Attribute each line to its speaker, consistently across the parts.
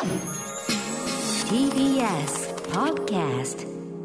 Speaker 1: TBS Podcast。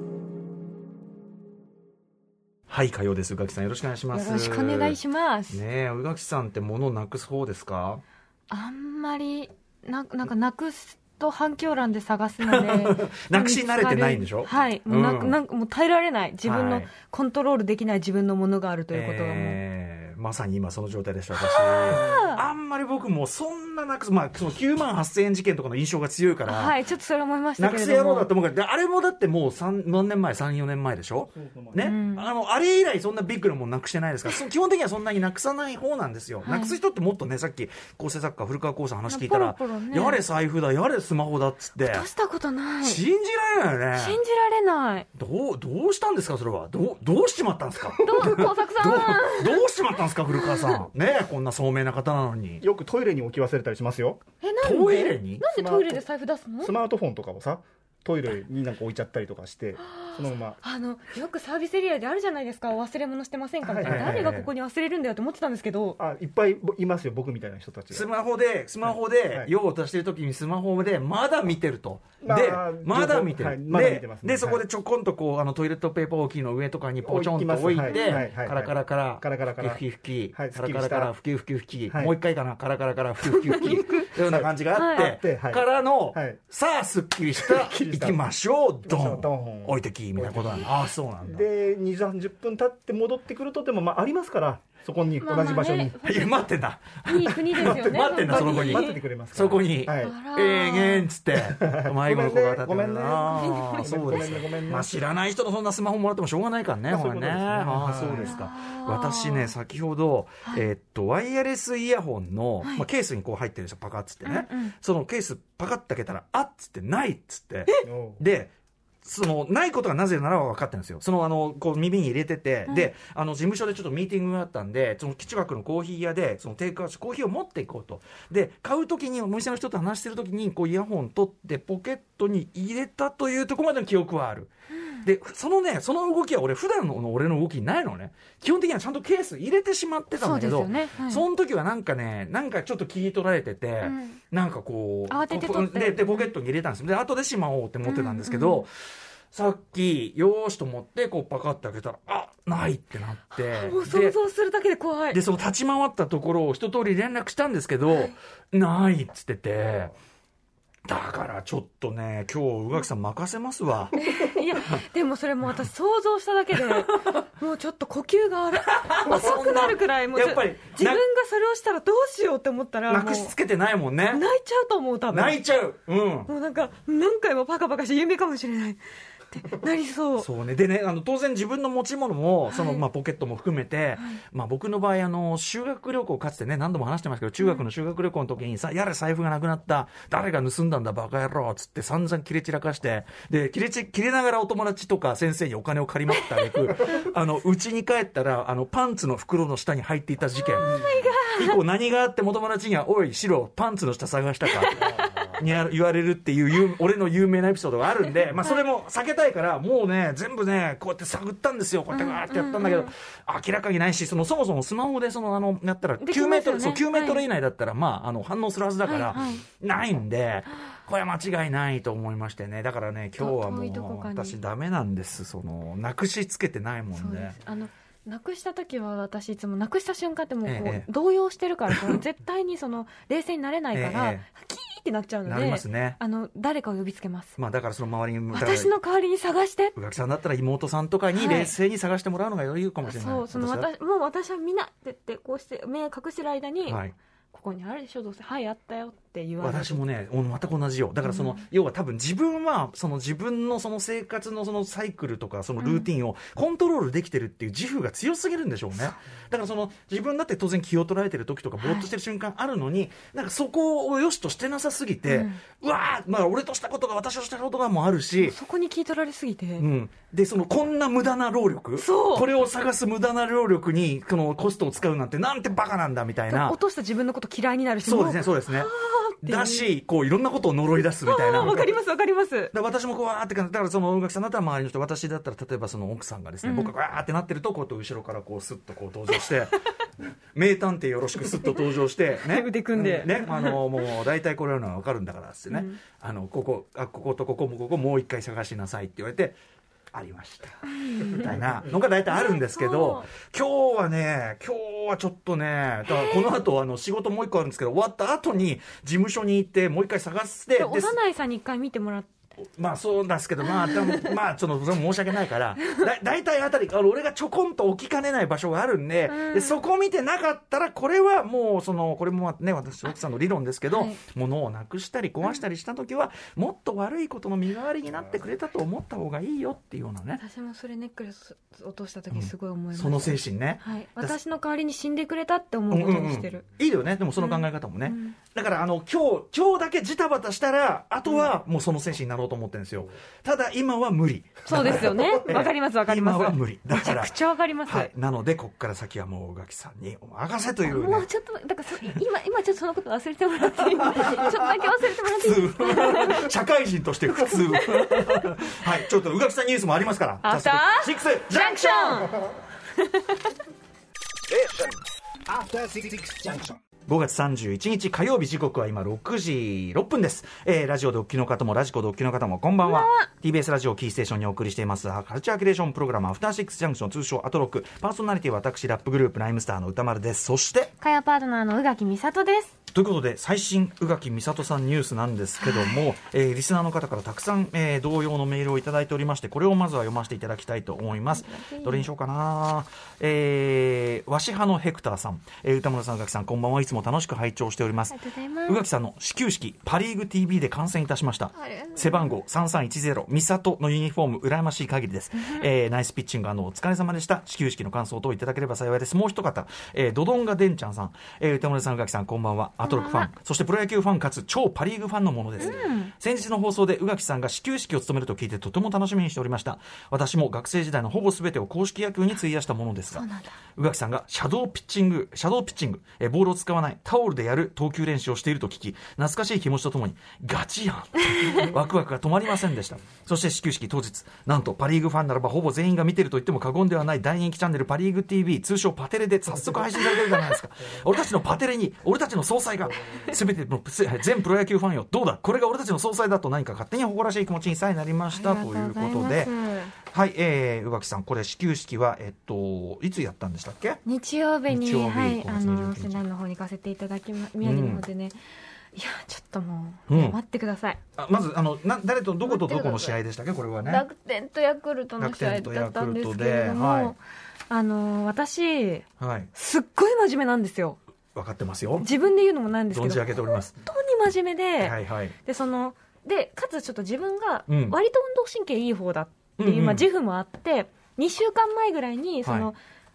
Speaker 2: はい、火曜です。宇垣さんよろしくお願いします。
Speaker 3: よろしくお願いします。
Speaker 2: ねえ、宇垣さんって物をなくす方ですか？
Speaker 3: あんまりなんかなくすと反響欄で探すので
Speaker 2: なくし慣れてないんでしょ？
Speaker 3: はい、もうなんかもう耐えられない、自分のコントロールできない自分のものがあるということがもう、
Speaker 2: まさに今その状態でした。私あんまり僕もそんななくす、まあ、その9万8000円事件とかの印象が強いから、
Speaker 3: はい、ちょっとそれ思いましたけれども、
Speaker 2: なくす野郎だと思うから。であれもだってもう何年前、3、4年前でしょ、ね、あれ以来そんなビッグなもんなくしてないですから基本的にはそんなになくさない方なんですよ、はい、なくす人ってもっとね、さっき構成作家古川光さん話聞いたら、
Speaker 3: ポロポロね、
Speaker 2: やれ財布だ、やれスマホだっつって
Speaker 3: 落としたことない。
Speaker 2: 信じられないよね。
Speaker 3: 信じられない。
Speaker 2: どうしたんですかそれは。どうしちまったんですか
Speaker 3: 工作さん
Speaker 2: どうしちまったんですか古川さんねえ、こんな聡明な方なのに。
Speaker 4: よくトイレに置き忘れたりしますよ。
Speaker 3: なんで
Speaker 2: トイレに？
Speaker 3: なんでトイレで財布出すの？
Speaker 4: スマートフォンとかもさ、トイレになんか置いちゃったりとかしてそのまま
Speaker 3: よくサービスエリアであるじゃないですか、忘れ物してませんかみたいな、誰がここに忘れるんだよと思ってたんですけど、
Speaker 4: いっぱいいますよ、僕みたいな人たちが。
Speaker 2: スマホで用を足してる時にスマホでまだ見てると、でまだ見てる、でそこでちょこんとこうトイレットペーパー置きの上とかにポチョンと置いて、カラカラから吹き吹き、カラカラから吹き吹き吹き、もう一回かな、カラカラから吹き吹き吹きというような感じがあってからの、さあすっきりした行きましょうドン置いてきみたいなことなんだ。ああそうなんだ。
Speaker 4: で20、30分経って戻ってくるとでもありますから、そこに同じ場所に、
Speaker 2: 待ってんだ。
Speaker 3: いい国ですよね。
Speaker 2: 待ってんだ、その子に。
Speaker 4: 待っててくれますから。
Speaker 2: そこに、げんっつって、迷子の子が立ってる
Speaker 4: な。
Speaker 2: そうです。まあ知らない人のそんなスマホもらってもしょうがないからね、ほらね。ああ、そうですか。私ね、先ほど、ワイヤレスイヤホンの、ケースにこう入ってるんですよ、パカッつってね。そのケースパカッて開けたら、あっつってないっつって。で、ないことがなぜなら分かってるんですよ。こう耳に入れてて、で、事務所でちょっとミーティングがあったんで、近くのコーヒー屋で、テイクアウト、コーヒーを持っていこうと。で、買うときに、お店の人と話してるときに、こう、イヤホン取って、ポケットに入れたというところまでの記憶はある。で、その動きは普段の俺の動きにないのね。基本的にはちゃんとケース入れてしまってたんだけど、その時はなんかちょっと聞い取られてて、なんかこう、
Speaker 3: 慌てて取って。
Speaker 2: で、ポケットに入れたんですよ。で、後でしまおうって思ってたんですけど、さっきよーしと思ってこうパカッて開けたらないってなって、
Speaker 3: もう想像するだけで怖い。
Speaker 2: でその立ち回ったところを一通り連絡したんですけど、ないっつってて、だからちょっとね今日宇垣さん任せますわ。
Speaker 3: いやでもそれも私想像しただけでもうちょっと呼吸が遅くなるくらい、もうやっぱり自分がそれをしたらどうしようって思ったら
Speaker 2: なくしつけてないもんね。
Speaker 3: 泣いちゃうと思う。多分
Speaker 2: 泣いちゃう、も
Speaker 3: うなんか何回もパカパカして夢かもしれないってなりそう。
Speaker 2: そうね。でね、当然自分の持ち物もポケットも含めて、僕の場合修学旅行かつてね何度も話してますけど、中学の修学旅行の時にやれ財布がなくなった、誰が盗んだんだバカ野郎っつって散々切れ散らかして、で切れながらお友達とか先生にお金を借りまくったあげく家に帰ったらパンツの袋の下に入っていた事件以降、何があっても友達にはおいシロパンツの下探したかに言われるっていう俺の有名なエピソードがあるんで、それも避けたいからもうね全部ねこうやって探ったんですよ。こうやってガーってやったんだけど、明らかにないし、そもそもスマホでやったら9メートル、9メートル以内だったら反応するはずだから、ないんでこれは間違いないと思いましてね。だからね今日はもう私ダメなんです。なくしつけてないもんで。
Speaker 3: なくした時は私いつもなくした瞬間ってもう動揺してるから絶対に冷静になれないからキーってなっちゃうので、
Speaker 2: なりますね。
Speaker 3: 誰かを呼びつけます。
Speaker 2: だからその周りに
Speaker 3: 私の代わりに探して、
Speaker 2: 宇垣さんだったら妹さんとかに冷静に探してもらうのが良いかもしれない。
Speaker 3: もう私はみんなって言ってこうして目を隠してる間に、ここにあるでしょどうせ、はいあったよって言われる。
Speaker 2: 私もね全く同じよ。だから要は多分自分は自分の生活のサイクルとかルーティンをコントロールできてるっていう自負が強すぎるんでしょうね。だから自分だって当然気を取られてる時とかぼーっとしてる瞬間あるのに、なんかそこを良しとしてなさすぎて、うわー、俺としたことが私としたことがもあるし、
Speaker 3: そこに気取られすぎて、
Speaker 2: でこんな無駄な労力、これを探す無駄な労力にコストを使うなんてバカなんだみたいな。
Speaker 3: 落とした自分のこと嫌いになるし。
Speaker 2: そうですね
Speaker 3: って
Speaker 2: だし、こういろんなことを呪い出すみたいな。
Speaker 3: わかりますわかります。
Speaker 2: だ私もこうわーってだからその宇垣さんだったら周りの人、私だったら例えばその奥さんがですね、僕がわーってなってるとこうやって後ろからこうスッとこう登場して名探偵よろしくスッと登場してね
Speaker 3: 腕組んで
Speaker 2: ね、もう大体これのは分かるんだからっつってね、こことここもう一回探しなさいって言われてありましたみたいなのが大体あるんですけど、今日はちょっとね、だからこの後仕事もう一個あるんですけど、終わった後に事務所に行ってもう一回探して
Speaker 3: 小田内さんに一回見てもらって、
Speaker 2: まあそうなんですけど、でもちょっとそれも申し訳ないから大体あたり俺がちょこんと置きかねない場所があるんで、でそこ見てなかったらこれはもうこれもね私奥さんの理論ですけど、物をなくしたり壊したりした時はもっと悪いことの身代わりになってくれたと思った方がいいよっていうようなね。
Speaker 3: 私もそれネックレス落とした時すごい思いました、
Speaker 2: その精神ね、
Speaker 3: 私の代わりに死んでくれたって思うことにしてる、
Speaker 2: いいよね。でもその考え方もね、だから今日だけジタバタしたらあとはもうその精神になろうと思ってるんですよ。ただ今は無理。
Speaker 3: そうですよね。わかりますわかります。
Speaker 2: 今は無理。だから
Speaker 3: めちゃくちゃわかります。
Speaker 2: なのでこっから先はもう宇垣さんにお任せというね。
Speaker 3: もうちょっとだから今ちょっとそのこと忘れてもらっていい？ちょっとだけ忘れてもらっていい？
Speaker 2: 社会人として普通。はい、ちょっと宇垣さんニュースもありますから。
Speaker 3: アフター
Speaker 2: 6ジャンクション。
Speaker 5: アフター6ジャンクション。
Speaker 2: 5月31日火曜日、時刻は今6時6分です。ラジオでお聞きの方もラジコでお聞きの方もこんばんは。TBS ラジオキーステーションにお送りしていますカルチャーキュレーションプログラムアフターシックスジャンクション、通称アトロック。パーソナリティは私ラップグループライムスターの歌丸です。そして
Speaker 3: 火曜パートナーの宇垣美里です。
Speaker 2: ということで最新宇垣美里さんニュースなんですけども、リスナーの方からたくさん、同様のメールをいただいておりまして、これをまずは読ませていただきたいと思います。どれにしようかな。わし派のヘクターさん、歌村さん、宇垣さんこんばんは。いつも楽しく拝聴しております。宇垣さんの始球式パリーグ TV で観戦いたしました。背番号3310美里のユニフォーム羨ましい限りです。ナイスピッチングお疲れ様でした。始球式の感想等いただければ幸いです。もう一方、ドドンガデンちゃんさん、歌村さん、宇垣さんこんばんは。アトロックファン、そしてプロ野球ファンかつ超パリーグファンのものです。先日の放送で宇垣さんが始球式を務めると聞いてとても楽しみにしておりました。私も学生時代のほぼ全てを硬式野球に費やしたものですが、宇垣さんがシャドーピッチング、ボールを使わないタオルでやる投球練習をしていると聞き、懐かしい気持ちとともにガチやんワクワクが止まりませんでした。そして始球式当日、なんとパリーグファンならばほぼ全員が見ていると言っても過言ではない大人気チャンネルパリーグ TV、 通称パテレで早速配信されてるじゃないですか。俺たちのパテレに俺たちの総裁が全ての全プロ野球ファンよ、どうだこれが俺たちの総裁だと何か勝手に誇らしい気持ちにさえなりましたということで、はい、宇垣さんこれ始球式はいつやったんでしたっけ？
Speaker 3: 日曜日に、はい、
Speaker 2: 仙
Speaker 3: 台の方に行かせていただき宮城の方でね、いやちょっともう、待ってください。
Speaker 2: まず誰とどことどこの試合でしたっけ？これはね、
Speaker 3: 楽天とヤクルトの試合だったんですけれども、私、すっごい真面目なんですよ。
Speaker 2: 分かってますよ。
Speaker 3: 自分で言うのもなんですけど、
Speaker 2: 存じ上げております。
Speaker 3: 本当に真面目で、でかつちょっと自分が割と運動神経いい方だっていう、自負もあって、2週間前ぐらいにちょ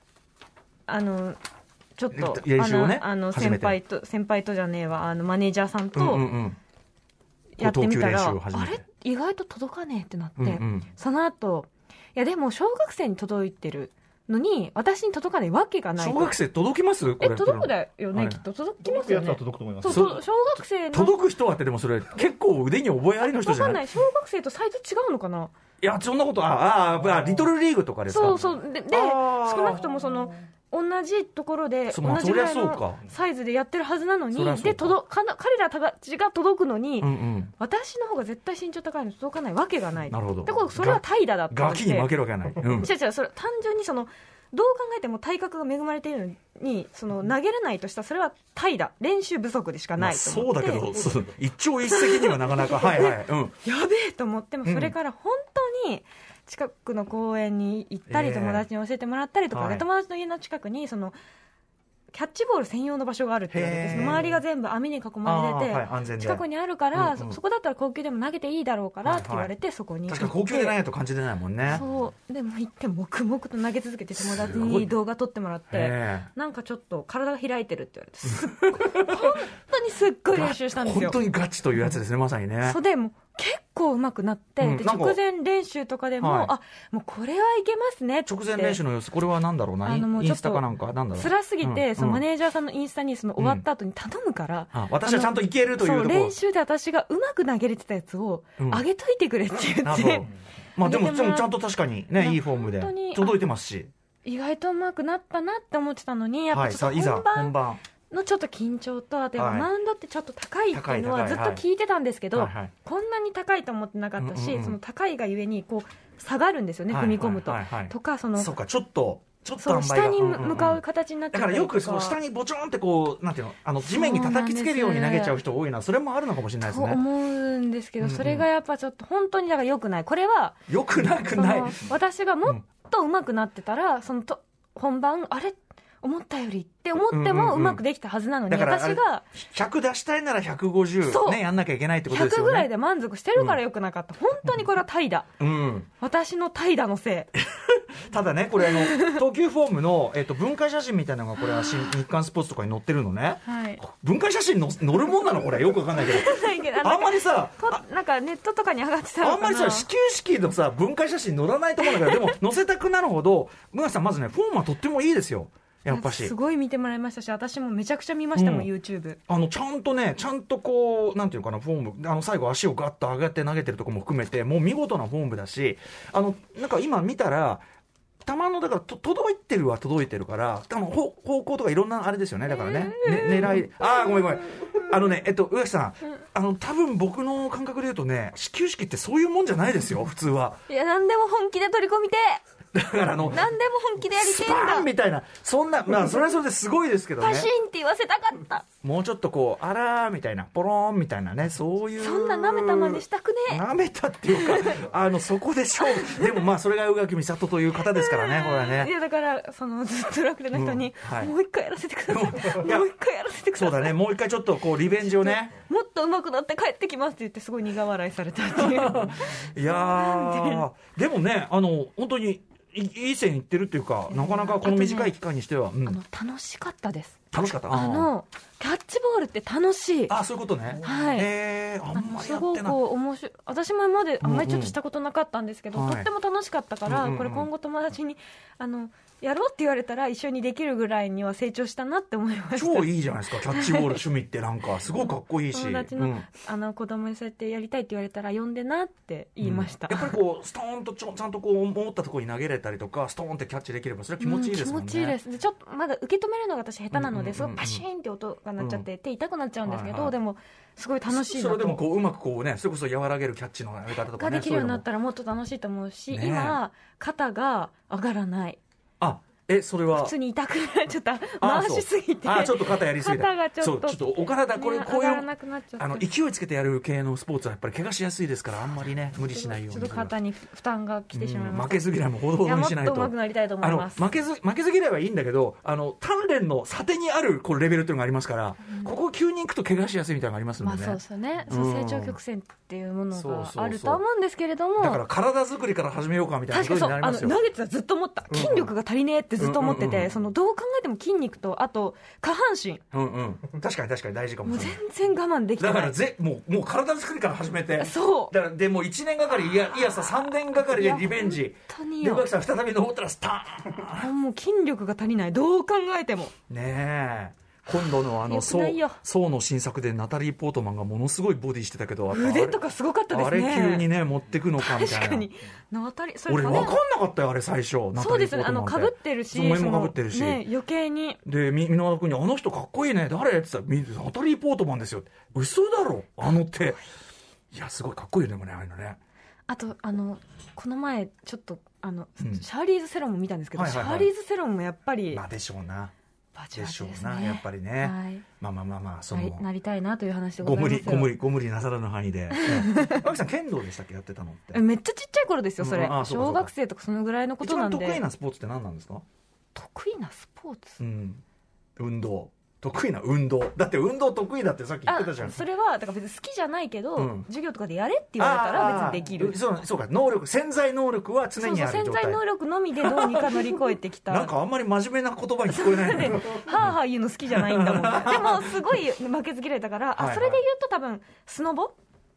Speaker 3: っと
Speaker 2: 練習をね、
Speaker 3: 先輩とじゃねえわ、マネージャーさんとやってみたら、あれ意外と届かねえってなって、その後いやでも小学生に届いてるのに私に届かないわけがない。
Speaker 2: 小学生届きます？これ
Speaker 3: 届くだよね、きっと届きますよね。
Speaker 4: 届くと思います。
Speaker 3: 小学生の
Speaker 2: 届く人はって、でもそれ結構腕に覚えありの人じゃない？
Speaker 3: 分かんない。小学生とサイズ違うのかな。
Speaker 2: いやそんなことリトルリーグとかですか？
Speaker 3: そうで少なくとも同じところで同じぐらいのサイズでやってるはずなのに、で彼らたちが届くのに、私の方が絶対身長高いのに届かないわけがない。
Speaker 2: なるほど。
Speaker 3: でそれは怠惰だった
Speaker 2: ガキに負けるわけがない。
Speaker 3: 違うそれ単純にどう考えても体格が恵まれているのに投げれないとしたらそれは怠惰、練習不足でしかないと思って、
Speaker 2: そうだけど一朝一夕にはなかなかやべ
Speaker 3: えと思っても、それから本当に近くの公園に行ったり、友達に教えてもらったりとか、友達の家の近くにキャッチボール専用の場所があるって言われて、周りが全部網に囲まれてて、近くにあるから、そこだったら高級でも投げていいだろうからって言われて、そこに行って。
Speaker 2: 確かに高級でないと感じてないもんね。
Speaker 3: そうでも行って黙々と投げ続けて、友達に動画撮ってもらって、なんかちょっと体が開いてるって言われて、本当にすっごい練習したんですよ。
Speaker 2: 本当にガチというやつですね、まさにね。
Speaker 3: そうでも結構上手くなって、で直前練習とかでも、もうこれはいけますねって。
Speaker 2: 直前練習の様子、これはなんだろうな、インスタかなんか、なんだろう、
Speaker 3: 辛すぎて、そのマネージャーさんのインスタにその終わった後に頼むから、
Speaker 2: 私はちゃんといけるというところ、
Speaker 3: 練習で私が上手く投げれてたやつを上げといてくれって言って、
Speaker 2: まあでもちゃんと確かにね、いいフォームで届いてますし、
Speaker 3: 意外と上手くなったなって思ってたのに、やっぱちょっと本番のちょっと緊張と、あとマウンドってちょっと高いっていうのはずっと聞いてたんですけど、こんなに高いと思ってなかったし、その高いがゆえにこう下がるんですよね、踏み込むと、とか、
Speaker 2: そうか、ちょっと
Speaker 3: 下に向かう形になっちゃったりとか、
Speaker 2: だからよくその下にボチョンってこうなんていうの、地面に叩きつけるように投げちゃう人多いな、それもあるのかもしれないですね。
Speaker 3: と思うんですけど、それがやっぱちょっと本当にだから良くない。これは
Speaker 2: 良くなくない。
Speaker 3: 私がもっと上手くなってたら、その本番あれ思ったよりって思ってもうまくできたはずなのに、私が
Speaker 2: 100出したいなら150ね、やんなきゃいけないってことですよね。
Speaker 3: 100ぐらいで満足してるから良くなかった。本当にこれは怠惰。私の怠惰のせい。
Speaker 2: ただね、これ東急フォームの分解写真みたいなのがこれは日刊スポーツとかに載ってるのね。分解写真載るもんなのこれよくわかんないけど。あんまりさ、
Speaker 3: なんかネットとかに上がってたのかな。
Speaker 2: あんまりさ、始球式のさ分解写真載らないと思うんだけど、でも載せたくなるほど、村木さんまずね、フォームはとってもいいですよ。やっぱし
Speaker 3: すごい見てもらいましたし、私もめちゃくちゃ見ましたもん、YouTube。
Speaker 2: ちゃんとこうなんていうかな、フォーム最後足をガッと上げて投げてるとこも含めてもう見事なフォームだし、なんか今見たら球のだから届いてるから方向とかいろんなあれですよね。だからね、狙いごめん上木さん、多分僕の感覚で言うとね、始球式ってそういうもんじゃないですよ普通は。
Speaker 3: いや、何でも本気で取り込みて
Speaker 2: だから何でも
Speaker 3: 本気でやりてえんだ、
Speaker 2: スパンみたいな、そんな、まあそれはそれですごいですけどね、
Speaker 3: パシンって言わせたかった。
Speaker 2: もうちょっとこうあらーみたいな、ポローンみたいなね、そういう、
Speaker 3: そんな舐めたまでしたくねえ。
Speaker 2: 舐めたっていうかそこでしょう。でもまあそれが宇垣美里という方ですからね、これはね。
Speaker 3: いやだからずっと楽天の人に、もう一回やらせてください、もう一回やらせてください。
Speaker 2: そうだね、もう一回ちょっとこうリベンジをね、
Speaker 3: もっと上手くなって帰ってきますって言ってすごい苦笑いされたっていう。
Speaker 2: いやーでもね、本当にいい線いってるっていうか、なかなかこの短い期間にしては、
Speaker 3: 楽しかったです。
Speaker 2: 楽しかった。
Speaker 3: キャッチボールって楽しい。
Speaker 2: そういうことね。
Speaker 3: はい。
Speaker 2: あんまりやってない。
Speaker 3: すごく面白い。私も今まであんまりちょっとしたことなかったんですけど、とっても楽しかったから、これ今後友達にやろうって言われたら一緒にできるぐらいには成長したなって思いました。
Speaker 2: 超いいじゃないですか、キャッチボール趣味ってなんかすごいかっこいいし。
Speaker 3: 友達の、子供にそうやってやりたいって言われたら呼んでなって言いました。
Speaker 2: やっぱりこうストーンとちゃんとこう思ったところに投げれたりとか、ストーンってキャッチできればそれは気持ちいいですもんね。
Speaker 3: 気持ちいいです。でちょっとまだ受け止めるのが私下手なので、すごいパシーンって音が鳴っちゃって手痛くなっちゃうんですけど、でもすごい楽しいなと。
Speaker 2: それでもこううまくこうね、それこそ和らげるキャッチのやり方とかね、
Speaker 3: ができるようになったらもっと楽しいと思うし、今肩が上がらない。
Speaker 2: それは
Speaker 3: 普通に痛くなっちゃった。回しすぎて。
Speaker 2: ちょっと肩やりすぎた。
Speaker 3: 肩がちょっと
Speaker 2: お体こういう勢いつけてやる系のスポーツはやっぱり怪我しやすいですから、あんまりね無理しないように。
Speaker 3: ちょっと肩に負担が来てしまいます。
Speaker 2: 負けず嫌いもほどほどにしないと。
Speaker 3: もっと上手くなりたいと思います。
Speaker 2: 負けず嫌いはいいんだけど、鍛錬の査定にあるこうレベルというのがありますから、ここ急に行くと怪我しやすいみたいなのがありますのでね。
Speaker 3: そうですよね。成長曲線っていうものがあると思うんですけれども、
Speaker 2: だから体作りから始めようかみたいなことになりますよ。
Speaker 3: 投げてたらずっと思った。筋力が足りねえってずっと思ってて、どう考えても筋肉とあと下半身、
Speaker 2: 確かに大事かもしれない。
Speaker 3: もう全然我慢できてない。
Speaker 2: だからもう体作りから始めて、
Speaker 3: そう
Speaker 2: だからでもう1年がかりいやさ3年がかりでリベンジで、宇垣さん再び登ったらスターン。
Speaker 3: もう筋力が足りない、どう考えても
Speaker 2: ねえ。今度のソウの新作でナタリー・ポートマンがものすごいボディしてたけど、
Speaker 3: 腕とかすごかったですね。
Speaker 2: あれ急にね持ってくのかみたいな。
Speaker 3: 確かに
Speaker 2: 俺分かんなかったよあれ最初。
Speaker 3: そうですね、かぶってるし、
Speaker 2: 目もかぶってるし、
Speaker 3: 余計に。
Speaker 2: で箕輪田君にあの人かっこいいね誰って言ったらナタリー・ポートマンですよ。嘘だろっていやすごいかっこいいよね、ああいうのね。
Speaker 3: あとこの前ちょっとシャーリーズ・セロンも見たんですけど、シャーリーズ・セロンもやっぱり
Speaker 2: でしょうな
Speaker 3: でしょう
Speaker 2: な、やっぱりね。まあ
Speaker 3: なりたいなという話でございますよ。
Speaker 2: ご無理なさらぬ範囲で。脇さん剣道でしたっけ、やってたのって。
Speaker 3: めっちゃちっちゃい頃ですよそれ。小学生とかそのぐらいのことなんで。
Speaker 2: 一番得意なスポーツって何なんですか？
Speaker 3: 得意なスポーツ？
Speaker 2: 運動。得意な運動だって、運動得意だってさっき言ってたじゃん。
Speaker 3: それはだから別に好きじゃないけど、授業とかでやれって言われたら別にできる。
Speaker 2: そうか、潜在能力は常にある状態。
Speaker 3: 潜在能力のみでどうにか乗り越えてきた。
Speaker 2: なんかあんまり真面目な言葉に聞こえないね。
Speaker 3: はあはあ言うの好きじゃないんだもん。でもすごい負けず嫌いだから、それで言うと多分スノボ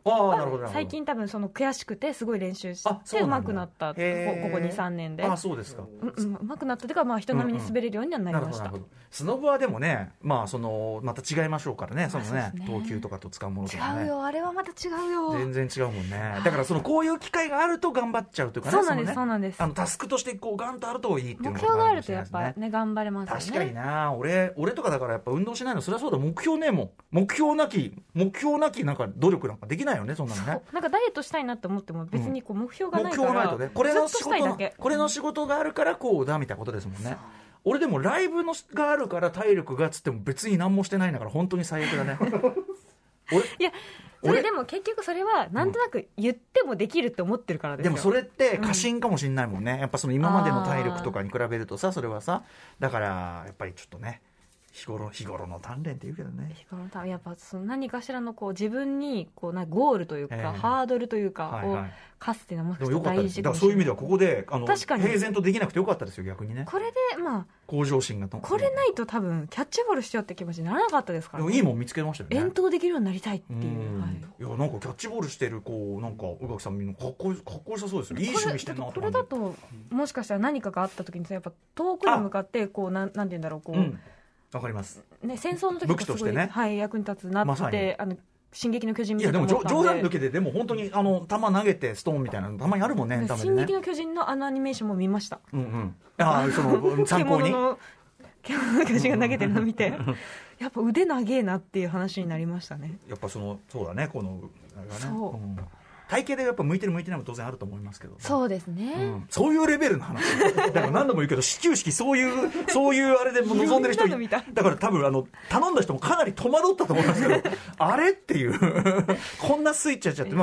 Speaker 2: なるほど
Speaker 3: 最近多分その悔しくてすごい練習し
Speaker 2: あそうなんだ
Speaker 3: て上手くなったここ
Speaker 2: へー
Speaker 3: 2、3年で
Speaker 2: そうですか。
Speaker 3: 上手くなったというか、まあ、人並みに滑れるようにはなりました、
Speaker 2: なるほど。スノボはでもね、また違いましょうからね、そのね
Speaker 3: そうですね
Speaker 2: 投球とかと使うものとかね。
Speaker 3: 違うよ、あれはまた違うよ。
Speaker 2: 全然違うもんね。だからこういう機会があると頑張っちゃうというかね。
Speaker 3: そうなんです、
Speaker 2: のね
Speaker 3: そうなんです。
Speaker 2: タスクとしてガンとあるといいっていうの
Speaker 3: 目標があると
Speaker 2: や
Speaker 3: やっぱね、頑張れますよね。
Speaker 2: 確かにな。俺とかだからやっぱ運動しないの、それはそうだ、目標ねえもん。目標なきなんか努力なんかできないよね、そんなのね。
Speaker 3: なんかダイエットしたいなって思っても別に目標がないから、
Speaker 2: 目標がないとね、これの仕事があるからだみたいなことですもんね。俺でもライブがあるから体力がつっても別に何もしてないんだから本当に最悪だね。
Speaker 3: いやそれでも結局それはなんとなく言ってもできるって思ってるからですよ。
Speaker 2: でもそれって過信かもしれないもんね、やっぱその今までの体力とかに比べるとさ、それはさ、だからやっぱりちょっとね、日頃の鍛錬って言うけどね。
Speaker 3: やっぱその何かしらの自分にゴールというか、ハードルというかを課すっていうのはもしかしたら大事かもしれない。
Speaker 2: そういう意味ではここで
Speaker 3: 確かに
Speaker 2: 平然とできなくてよかったですよ、逆にね。
Speaker 3: これで
Speaker 2: 向上心が
Speaker 3: これないと多分キャッチボールしようって気持ちにならなかったですから、
Speaker 2: でもいいもん見つけましたよね。
Speaker 3: 遠投できるようになりたいっていう、
Speaker 2: いやなんかキャッチボールしてるなんか宇垣さん見るのかっこよさそうですよ。いい趣味してんなと。
Speaker 3: これだともしかしたら何かがあった時にやっぱ遠くに向かってなんて言うんだろう
Speaker 2: わかります、
Speaker 3: ね、戦争の時
Speaker 2: 武器としてね、
Speaker 3: 役に立つなって、進撃の巨人みたいな。
Speaker 2: いやでも冗談抜けてでも本当に球投げてストーンみたいなのたまにあるもんね。
Speaker 3: 進撃の巨人のアニメーションも見ました。
Speaker 2: その参考に
Speaker 3: 獣の巨人が投げてるのを見てやっぱ腕長えなっていう話になりましたね。
Speaker 2: やっぱそうだね、あれがね、体型でやっぱ向いてる向いてないも当然あると思いますけど、
Speaker 3: そうですね、
Speaker 2: そういうレベルの話だから何度も言うけど始球式そういうあれで望んでる人だから多分頼んだ人もかなり戸惑ったと思いますけどあれっていうこんなスイッチやっちゃって、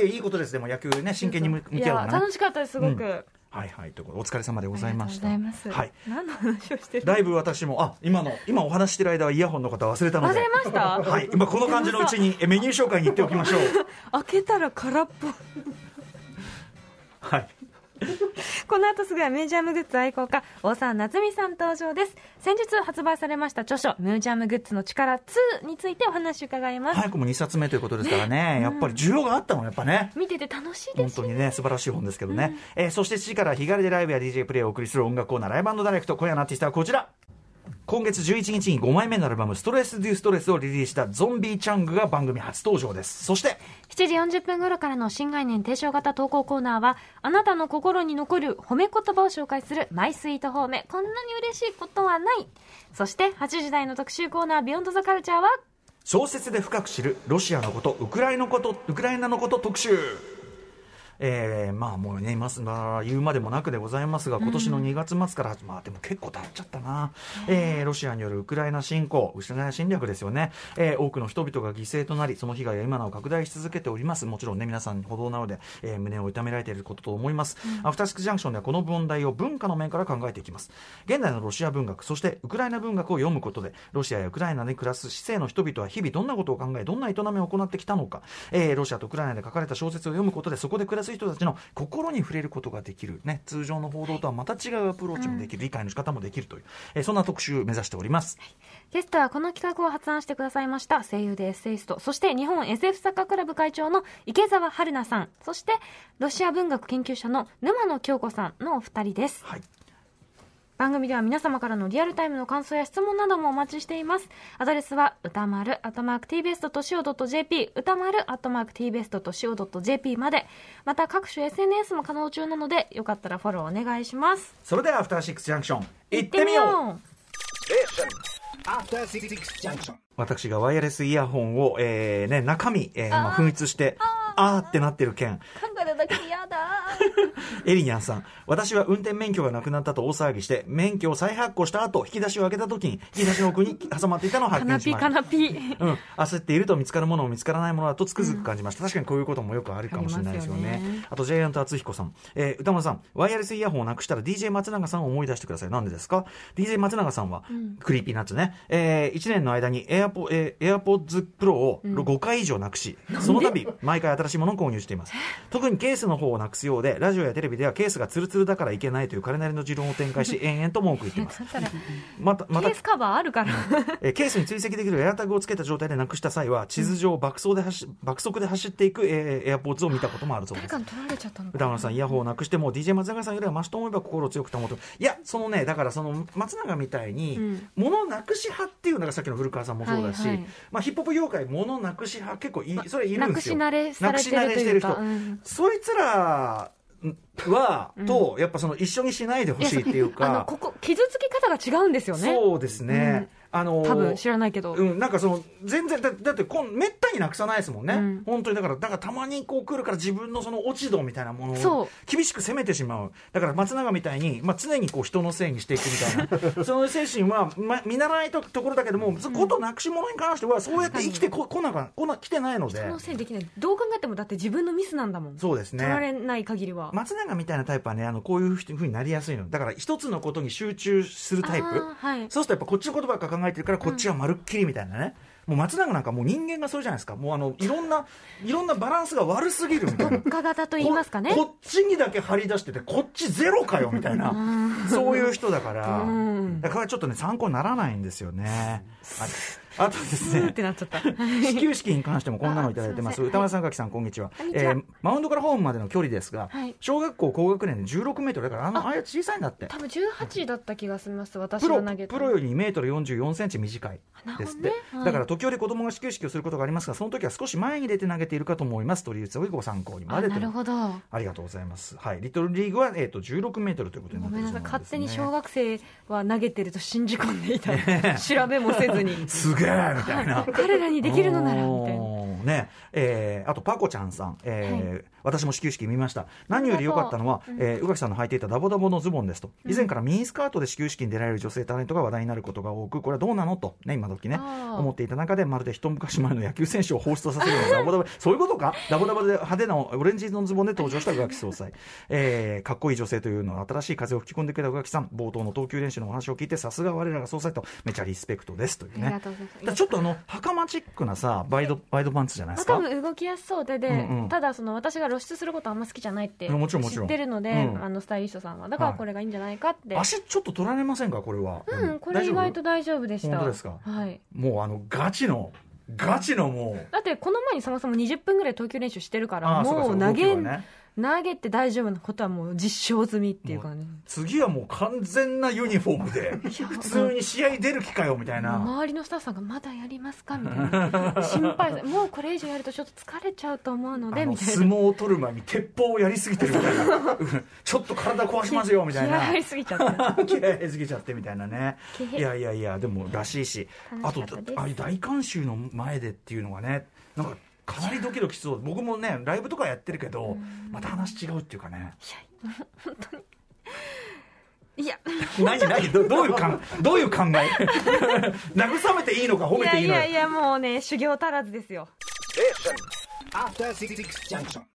Speaker 2: いいことです。でも野球ね、真剣に向き合うのね。
Speaker 3: 楽しかったですすごく、
Speaker 2: はいはい、ということでお疲れ様でございました。
Speaker 3: ありがとうございます。はい、何の話をしてる。
Speaker 2: だいぶ私も今お話してる間はイヤホンの方忘れたので。
Speaker 3: 忘れました。
Speaker 2: はい、今この感じのうちにメニュー紹介に行っておきましょう。
Speaker 3: 開けたら空っぽ。
Speaker 2: はい。
Speaker 3: この後すぐはミュージアムグッズ愛好家大沢夏美さん登場です。先日発売されました著書ミュージアムグッズの力2についてお話を伺います。
Speaker 2: 早くも2冊目ということですからね、やっぱり需要があったの、やっぱね、
Speaker 3: 見てて楽しいです。
Speaker 2: 本当にね、素晴らしい本ですけどね、そして7時から日帰りでライブや DJ プレイをお送りする音楽コーナーライブ&ダイレクト。今夜のアーティストはこちら。今月11日に5枚目のアルバムストレス・デュ・ストレスをリリースしたゾンビー・チャングが番組初登場です。そして
Speaker 3: 7時40分頃からの新概念提唱型投稿コーナーは、あなたの心に残る褒め言葉を紹介するマイスイート褒め、こんなに嬉しいことはない。そして8時台の特集コーナービヨンドザカルチャーは、
Speaker 2: 小説で深く知るロシアのこと、ウクライナのこと特集。もうね、言うまでもなくでございますが、今年の2月末から、でも結構経っちゃったな、ロシアによるウクライナ侵攻、ウクライナ侵略ですよね、多くの人々が犠牲となり、その被害は今なお拡大し続けております。もちろんね、皆さん歩道なので、胸を痛められていることと思います。アフターシックスジャンクションではこの問題を文化の面から考えていきます。現代のロシア文学、そしてウクライナ文学を読むことで、ロシアやウクライナに暮らす市政の人々は日々どんなことを考え、どんな営みを行ってきたのか、ロシアとウクライナで書かれた小説を読むことで、そこで暮らす人たちの心に触れることができる、ね、通常の報道とはまた違うアプローチもできる、理解の仕方もできるという、そんな特集を目指しております。
Speaker 3: ゲストはこの企画を発案してくださいました声優でエッセイスト、そして日本 SF 作家クラブ会長の池澤春菜さん、そしてロシア文学研究者の沼野京子さんのお二人です。はい、番組では皆様からのリアルタイムの感想や質問などもお待ちしています。アドレスは歌丸@tbest.co.jp、歌丸@tbest.co.jp まで。また各種 SNS も可能中なので、よかったらフォローお願いします。
Speaker 2: それではアフターシックスジャンクション行ってみよう。
Speaker 5: After 66 junction.
Speaker 2: 私がワイヤレスイヤホンを、中身、紛失してあーってなってる件、
Speaker 3: 考えるだけ嫌だ
Speaker 2: エリニャンさん、私は運転免許がなくなったと大騒ぎして免許を再発行した後、引き出しを開けた時に引き出しの奥に挟まっていたのを発見しました。
Speaker 3: カナピ
Speaker 2: 焦っていると見つかるものも見つからないものだとつくづく感じました。確かにこういうこともよくあるかもしれないですよね。あとジャイアント厚彦さん、歌丸さん、ワイヤレスイヤホンをなくしたら DJ 松永さんを思い出してください。なんでですか？ DJ 松永さんは、クリーピーナッツね、1年の間にAirPods Pro を5回以上なくし、その度毎回新しいものを購入しています。特にケースの方をなくすようででラジオやテレビではケースがツルツルだからいけないという彼なりの持論を展開し延々と文句言っていますまた
Speaker 3: ケースカバーあるから
Speaker 2: ケースに追跡できるエアタグをつけた状態でなくした際は地図上爆速で走っていくエアポーツを見たこともあるそうです。
Speaker 3: 誰かに取られちゃったのか
Speaker 2: 歌丸さんイヤホンをなくしても DJ 松永さんよりはマシと思えば心を強く保といやそのねだからその松永みたいに物なくし派っていうのがさっきの古川さんもそうだし、まあ、ヒップホップ業界物なくし派結構それいるんですよ。
Speaker 3: なくし慣れされてるというか、
Speaker 2: そいつらはとやっぱその一緒にしないでほしいっていうか、
Speaker 3: ここ傷つき方が違うんですよね。
Speaker 2: そうですね、
Speaker 3: 多分知らないけど、
Speaker 2: なんかその全然だってめったになくさないですもんね、本当にだからたまにこう来るから自分のその落ち度みたいなものを厳しく責めてしまう。だから松永みたいに、常にこう人のせいにしていくみたいなその精神は、見習わないところだけども、ことなくし物に関してはそうやって生きて来てないので、
Speaker 3: 人のせいできない。どう考えてもだって自分のミスなんだもん。
Speaker 2: そうですね、
Speaker 3: 取られない限りは。
Speaker 2: 松永みたいなタイプはねこういうふうになりやすいのだから一つのことに集中するタイプ、そうするとやっぱこっちのことばっか考えてるからこっちはまるっきりみたいなね、もう松永なんかもう人間がそれじゃないですか。もういろんなバランスが悪すぎるみたいな
Speaker 3: 特化型と言いますかね。
Speaker 2: こっちにだけ張り出しててこっちゼロかよみたいなそういう人だからだからちょっとね参考にならないんですよね。あとですね
Speaker 3: ってなっちゃった
Speaker 2: 始球式に関してもこんなのいただいてます。歌丸さん、垣さん、こんにちは。マウンドからホームまでの距離ですが、小学校高学年で16メートルだからあれ小さいんだって。
Speaker 3: 多分18だった気がします。私が投げた
Speaker 2: プロより2メートル44センチ短いですって、だから時折子供が始球式をすることがありますがその時は少し前に出て投げているかと思います。取り移をご参考にまでと。
Speaker 3: なるほど、
Speaker 2: ありがとうございます。はい、リトルリーグは、16メートルということになっているそうなんですね。
Speaker 3: ごめんなさい、勝手に小学生は投げてると信じ込んでいた調べもせずに
Speaker 2: すげえみたいな
Speaker 3: 彼らにできるのならみたいな
Speaker 2: ね。あとパコちゃんさん、私も始球式見ました。何より良かったのは宇垣さんの履いていたダボダボのズボンですと。以前からミニスカートで始球式に出られる女性タレントが話題になることが多く、これはどうなのとね今時ね思っていた中で、まるで一昔前の野球選手を放出させるようなダボダボそういうことか。ダボダボで派手なオレンジ色のズボンで登場した宇垣総裁、かっこいい女性というのは新しい風を吹き込んでくれた宇垣さん、冒頭の投球練習のお話を聞いてさすが我らが総裁とめちゃリスペクトですというね。ちょっと袴チックなさワイドパンツじゃないですか。
Speaker 3: 多分動きやすそうで、ただその私が露出することあんま好きじゃないって知ってるので、スタイリストさんはだからこれがいいんじゃないかって、
Speaker 2: 足ちょっと取られませんかこれは。
Speaker 3: これ意外と大丈夫でした。
Speaker 2: 本当ですか。
Speaker 3: はい、
Speaker 2: もうガチのもう
Speaker 3: だってこの前にそもそも20分ぐらい投球練習してるからもう投げて大丈夫なことはもう実証済みっていうかね。
Speaker 2: 次はもう完全なユニフォームで普通に試合出る気かよみたいな。
Speaker 3: 周りのスタッフさんがまだやりますかみたいな心配もうこれ以上やるとちょっと疲れちゃうと思うのでみたいな。
Speaker 2: 相撲を取る前に鉄砲をやりすぎてるみたいなちょっと体壊しますよみたいな
Speaker 3: 気合入りすぎちゃって
Speaker 2: 気合入りすぎちゃってみたいなね。いやでもらしいし、あと大観衆の前でっていうのがねなんかかなりドキドキしそう。僕もねライブとかやってるけどまた話違うっていうかね。
Speaker 3: いや本当にいや
Speaker 2: 何どういう考え慰めていいのか褒めていいのか。
Speaker 3: いやもうね修行足らずですよ。
Speaker 5: After 66 junction.